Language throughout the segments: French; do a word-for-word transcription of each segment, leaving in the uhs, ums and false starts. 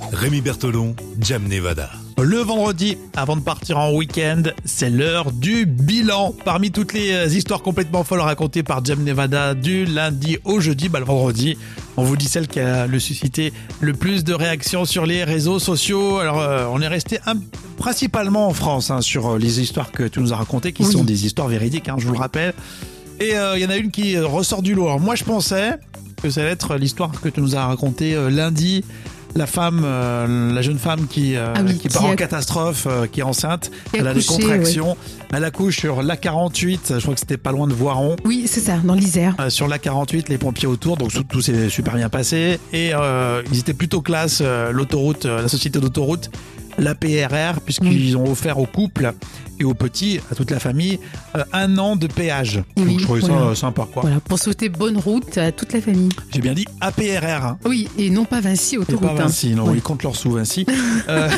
Rémi Bertolon, Jam Nevada. Le vendredi, avant de partir en week-end, c'est l'heure du bilan. Parmi toutes les histoires complètement folles racontées par Jam Nevada du lundi au jeudi, bah le vendredi, on vous dit celle qui a le suscité le plus de réactions sur les réseaux sociaux. Alors, euh, on est resté un, principalement en France hein, sur les histoires que tu nous as racontées, qui oui. sont des histoires véridiques, hein, je vous le rappelle. Et il euh, y en a une qui ressort du lot. Alors, moi, je pensais que ça allait être l'histoire que tu nous as racontée euh, lundi. La femme, euh, la jeune femme qui, euh, ah oui, qui part qui a... en catastrophe, euh, qui est enceinte, qui elle a, a couché, des contractions, ouais. Elle accouche sur l'A quarante-huit, je crois que c'était pas loin de Voiron. Oui, c'est ça, dans l'Isère. Euh, sur l'A quarante-huit, les pompiers autour, donc tout s'est super bien passé. Et euh, ils étaient plutôt classe, euh, l'autoroute, euh, la société d'autoroute, l'A P R R, puisqu'ils mmh. ont offert au couple et aux petits, à toute la famille, euh, un an de péage. Oui, donc je trouvais voilà. ça euh, sympa, quoi. Voilà, pour souhaiter bonne route à toute la famille. J'ai bien dit A P R R. Hein. Oui, et non pas Vinci autoroute. Et pas Vinci, non, ouais. ils comptent leurs sous Vinci. euh...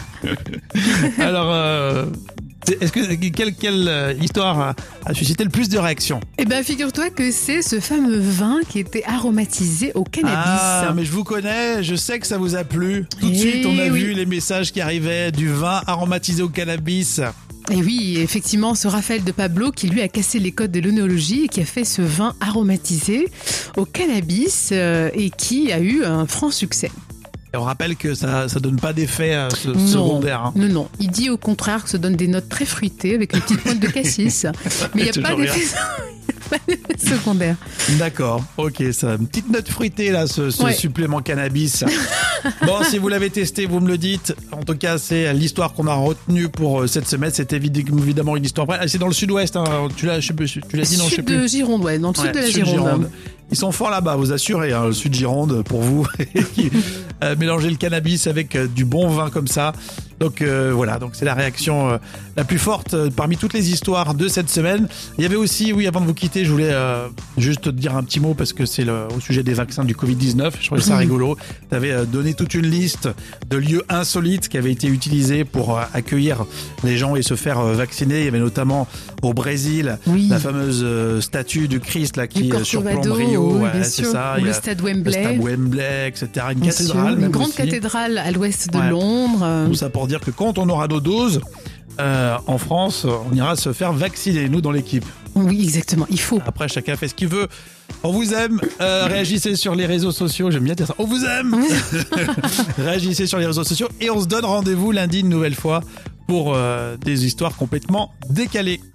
Alors, euh... est-ce que quelle, quelle histoire a suscité le plus de réactions? Eh ben, figure-toi que c'est ce fameux vin qui était aromatisé au cannabis. Ah, mais je vous connais, je sais que ça vous a plu. Tout de Et suite, on a oui. vu les messages qui arrivaient du vin aromatisé au cannabis. Et oui, effectivement, ce Raphaël de Pablo qui lui a cassé les codes de l'œnologie et qui a fait ce vin aromatisé au cannabis euh, et qui a eu un franc succès. Et on rappelle que ça ça donne pas d'effet euh, non, secondaire. Hein. Non, non. Il dit au contraire que ça donne des notes très fruitées avec une petite pointe de cassis. Mais il n'y a pas d'effet secondaire. D'accord, ok, ça, une petite note fruitée là, ce, ce ouais. supplément cannabis. Bon, si vous l'avez testé, vous me le dites. En tout cas, c'est l'histoire qu'on a retenue pour cette semaine. C'est évidemment une histoire. C'est dans le sud-ouest. Hein. Tu l'as, je sais plus, tu l'as dit, non, je sais plus. Sud de Gironde, ouais, dans le ouais, sud de la sud Gironde. Gironde. Ils sont forts là-bas, vous assurez, hein, le sud Gironde pour vous. euh, mélanger le cannabis avec euh, du bon vin comme ça. Donc euh, voilà, donc c'est la réaction euh, la plus forte euh, parmi toutes les histoires de cette semaine. Il y avait aussi, oui, avant de vous quitter, je voulais euh, juste te dire un petit mot parce que c'est le, au sujet des vaccins du covid dix-neuf. Je trouvais ça rigolo. Tu avais euh, donné toute une liste de lieux insolites qui avaient été utilisés pour euh, accueillir les gens et se faire euh, vacciner. Il y avait notamment au Brésil oui. la fameuse euh, statue du Christ là qui surplombe Rio. Oui, ouais, c'est sûr. ça. Ou le stade Wembley. Le stade Wembley, et cetera. Une bien cathédrale, sûr. Une grande aussi. cathédrale à l'ouest de ouais. Londres. Tout ça pour dire que quand on aura nos doses, euh, en France, on ira se faire vacciner, nous dans l'équipe. Oui, exactement, il faut. Après, chacun fait ce qu'il veut. On vous aime. Euh, réagissez sur les réseaux sociaux. J'aime bien dire ça. On vous aime. Réagissez sur les réseaux sociaux et on se donne rendez-vous lundi une nouvelle fois pour euh, des histoires complètement décalées.